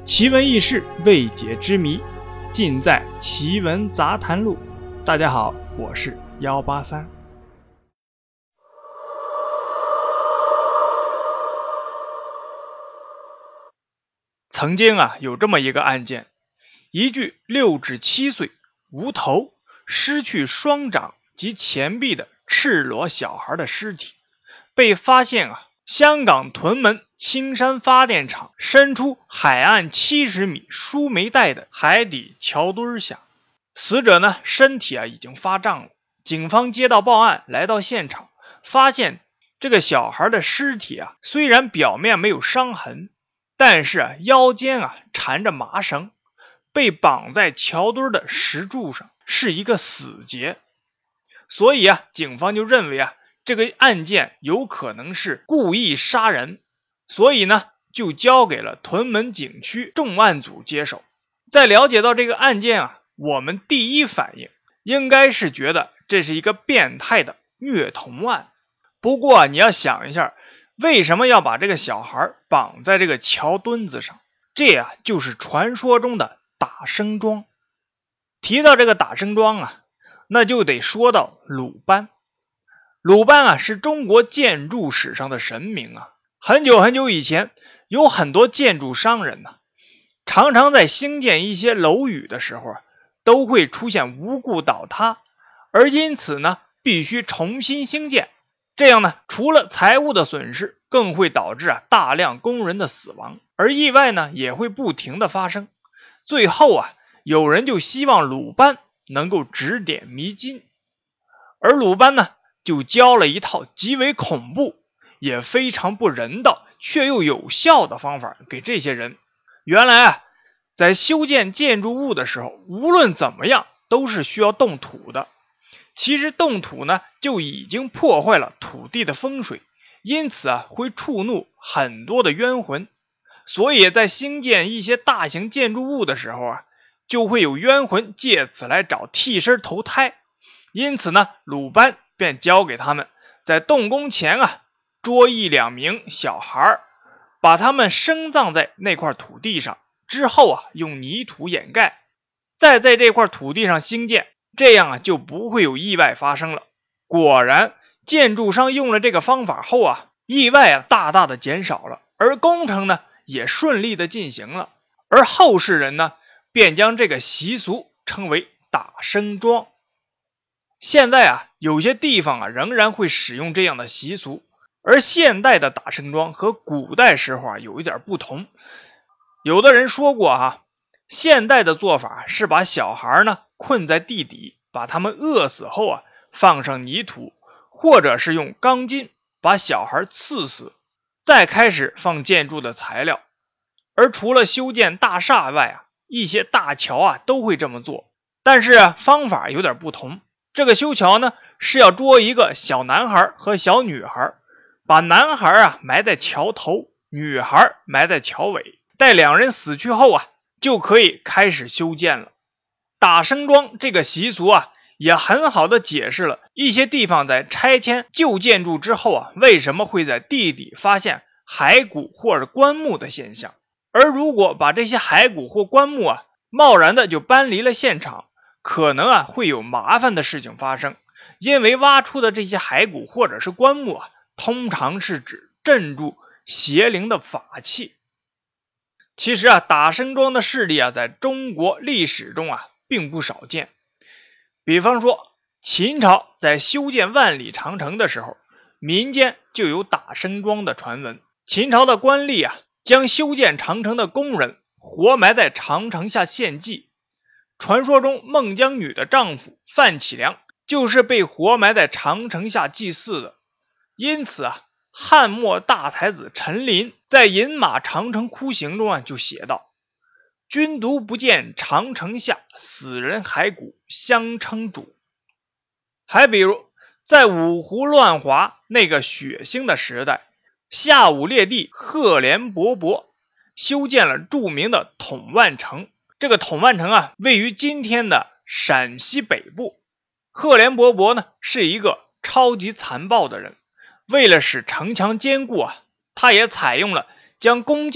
奇闻异事、未解之谜，尽在《奇闻杂谈录》。大家好，我是183。曾经有这么一个案件，一具6至7岁、无头、失去双掌及前臂的赤裸小孩的尸体，被发现香港屯门青山发电厂伸出海岸70米输煤带的海底桥墩下。死者身体已经发胀了。警方接到报案，来到现场，发现这个小孩的尸体虽然表面没有伤痕，但是腰间缠着麻绳，被绑在桥墩的石柱上，是一个死结。所以警方就认为这个案件有可能是故意杀人，所以就交给了屯门警区重案组接手。在了解到这个案件我们第一反应应该是觉得这是一个变态的虐童案。不过你要想一下，为什么要把这个小孩绑在这个桥墩子上？这就是传说中的打生桩。提到这个打生桩那就得说到鲁班。鲁班是中国建筑史上的神明很久很久以前，有很多建筑商人常常在兴建一些楼宇的时候都会出现无故倒塌，而因此必须重新兴建。这样除了财务的损失，更会导致大量工人的死亡，而意外也会不停的发生。最后有人就希望鲁班能够指点迷津，而鲁班就教了一套极为恐怖也非常不人道却又有效的方法给这些人。原来在修建建筑物的时候，无论怎么样都是需要动土的。其实动土就已经破坏了土地的风水，因此会触怒很多的冤魂。所以在兴建一些大型建筑物的时候就会有冤魂借此来找替身投胎。因此鲁班便教给他们在动工前捉1-2名小孩，把他们生葬在那块土地上，之后用泥土掩盖，再在这块土地上兴建，这样就不会有意外发生了。果然建筑商用了这个方法后意外大大的减少了，而工程也顺利的进行了。而后世人便将这个习俗称为打生桩。现在有些地方仍然会使用这样的习俗，而现代的打生桩和古代时候有一点不同。有的人说过现代的做法是把小孩困在地底，把他们饿死后放上泥土，或者是用钢筋把小孩刺死，再开始放建筑的材料。而除了修建大厦外一些大桥都会这么做，但是方法有点不同。这个修桥是要捉一个小男孩和小女孩，把男孩埋在桥头，女孩埋在桥尾，待两人死去后就可以开始修建了。打生桩这个习俗也很好的解释了一些地方在拆迁旧建筑之后为什么会在地底发现骸骨或者棺木的现象。而如果把这些骸骨或棺木贸然的就搬离了现场，可能会有麻烦的事情发生。因为挖出的这些骸骨或者是棺木通常是指镇住邪灵的法器。其实打生桩的事例在中国历史中并不少见。比方说秦朝在修建万里长城的时候，民间就有打生桩的传闻。秦朝的官吏将修建长城的工人活埋在长城下献祭。传说中孟姜女的丈夫范启良就是被活埋在长城下祭祀的。因此汉末大才子陈琳在《饮马长城哭行》中就写道：君独不见长城下，死人骸骨相称主。还比如在五胡乱华那个血腥的时代，夏武烈帝赫连勃勃修建了著名的统万城。这个统万城位于今天的陕西北部。赫连勃勃是一个超级残暴的人，为了使城墙坚固他也采用了将工匠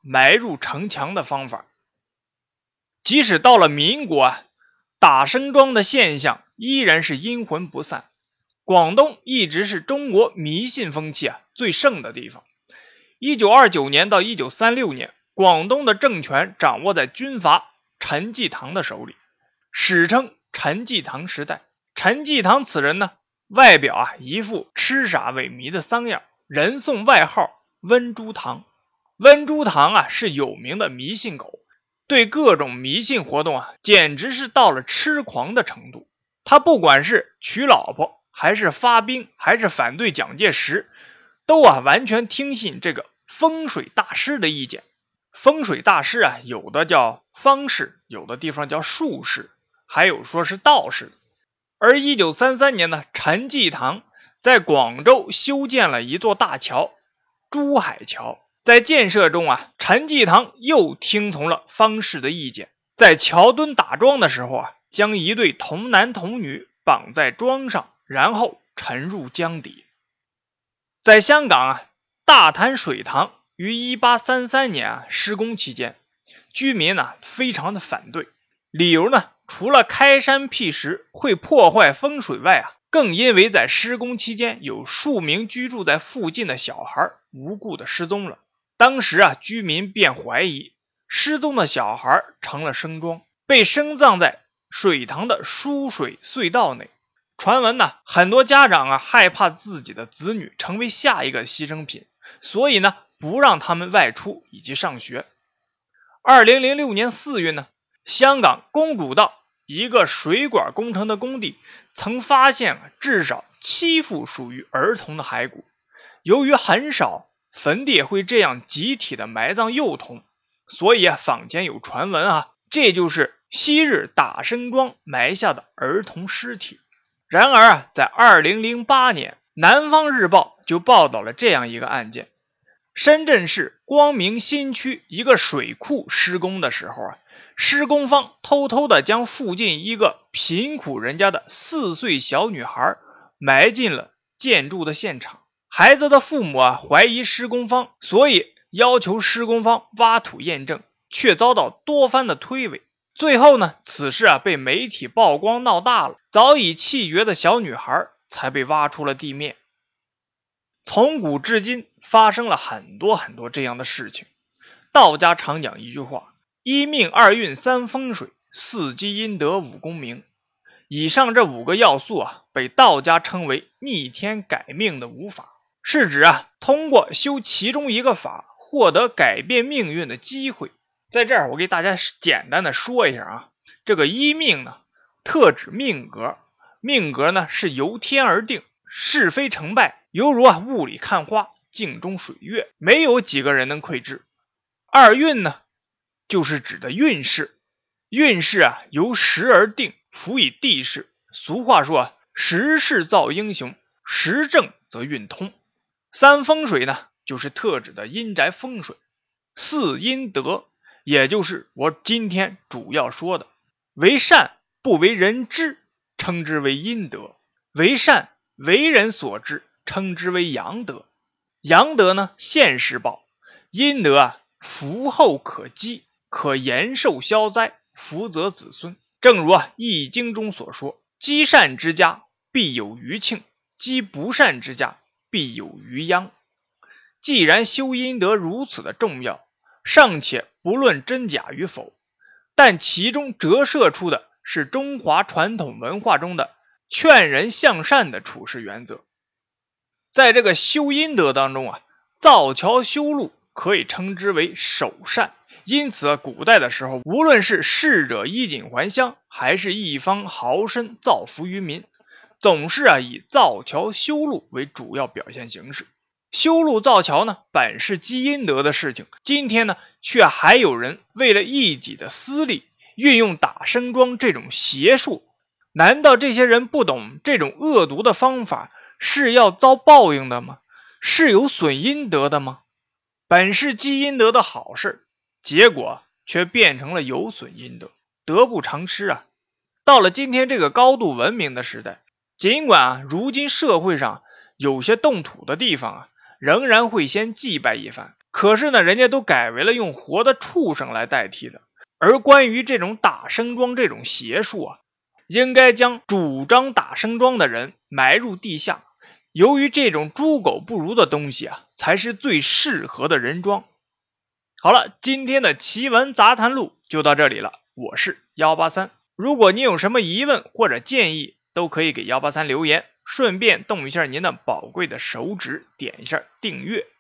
埋入城墙的方法。即使到了民国啊，打生桩的现象依然是阴魂不散。广东一直是中国迷信风气最盛的地方。1929年到1936年，广东的政权掌握在军阀陈济棠的手里，史称陈济棠时代。陈济棠此人呢，外表一副痴傻萎靡的丧样，人送外号温猪堂。温猪堂是有名的迷信狗，对各种迷信活动简直是到了痴狂的程度。他不管是娶老婆还是发兵还是反对蒋介石，都完全听信这个风水大师的意见。风水大师有的叫方士，有的地方叫术士，还有说是道士。而1933年呢，陈济棠在广州修建了一座大桥，珠海桥。在建设中陈济棠又听从了方士的意见，在桥墩打桩的时候将一对童男童女绑在桩上，然后沉入江底。在香港大潭水塘于1833年施工期间，居民非常的反对，理由呢，除了开山辟石会破坏风水外更因为在施工期间有数名居住在附近的小孩无故的失踪了。当时居民便怀疑失踪的小孩成了生桩，被生葬在水塘的输水隧道内。传闻很多家长害怕自己的子女成为下一个牺牲品，所以呢不让他们外出以及上学。2006年4月呢，香港公主道一个水管工程的工地曾发现至少7副属于儿童的骸骨。由于很少坟地会这样集体的埋葬幼童，所以坊间有传闻这就是昔日打生桩埋下的儿童尸体。然而在2008年，南方日报就报道了这样一个案件。深圳市光明新区一个水库施工的时候施工方偷偷的将附近一个贫苦人家的4岁小女孩埋进了建筑的现场。孩子的父母怀疑施工方，所以要求施工方挖土验证，却遭到多番的推诿。最后呢，此事被媒体曝光闹大了，早已气绝的小女孩才被挖出了地面。从古至今发生了很多这样的事情。道家常讲一句话：一命二运三风水，四积阴德五功名。以上这5个要素被道家称为逆天改命的5法，是指通过修其中一个法获得改变命运的机会。在这儿我给大家简单的说一下这个一命呢，特指命格。命格呢是由天而定，是非成败犹如雾里看花，镜中水月，没有几个人能窥知。二运呢，就是指的运势。运势由时而定，辅以地势。俗话说时势造英雄，时正则运通。三风水呢，就是特指的阴宅风水。四阴德，也就是我今天主要说的，为善不为人知，称之为阴德；为善为人所知，称之为阳德。阳德呢，现世报；阴德福后可积，可延寿消灾，福泽子孙。正如易经中所说，积善之家必有余庆，积不善之家必有余殃。既然修阴德如此的重要，尚且不论真假与否，但其中折射出的是中华传统文化中的劝人向善的处事原则。在这个修阴德当中造桥修路可以称之为首善，因此古代的时候，无论是逝者衣锦还乡，还是一方豪绅造福于民，总是以造桥修路为主要表现形式。修路造桥呢，本是积阴德的事情，今天呢，却还有人为了一己的私利，运用打生桩这种邪术。难道这些人不懂这种恶毒的方法是要遭报应的吗？是有损阴德的吗？本是积阴德的好事，结果却变成了有损阴德，得不偿失到了今天这个高度文明的时代，尽管如今社会上有些动土的地方仍然会先祭拜一番， 可是呢，人家都改为了用活的畜生来代替的。而关于这种打生桩这种邪术啊，应该将主张打生桩的人埋入地下。由于这种猪狗不如的东西啊，才是最适合的人桩。好了，今天的奇闻杂谈录就到这里了，我是183。如果你有什么疑问或者建议，都可以给183留言，顺便动一下您的宝贵的手指，点一下订阅。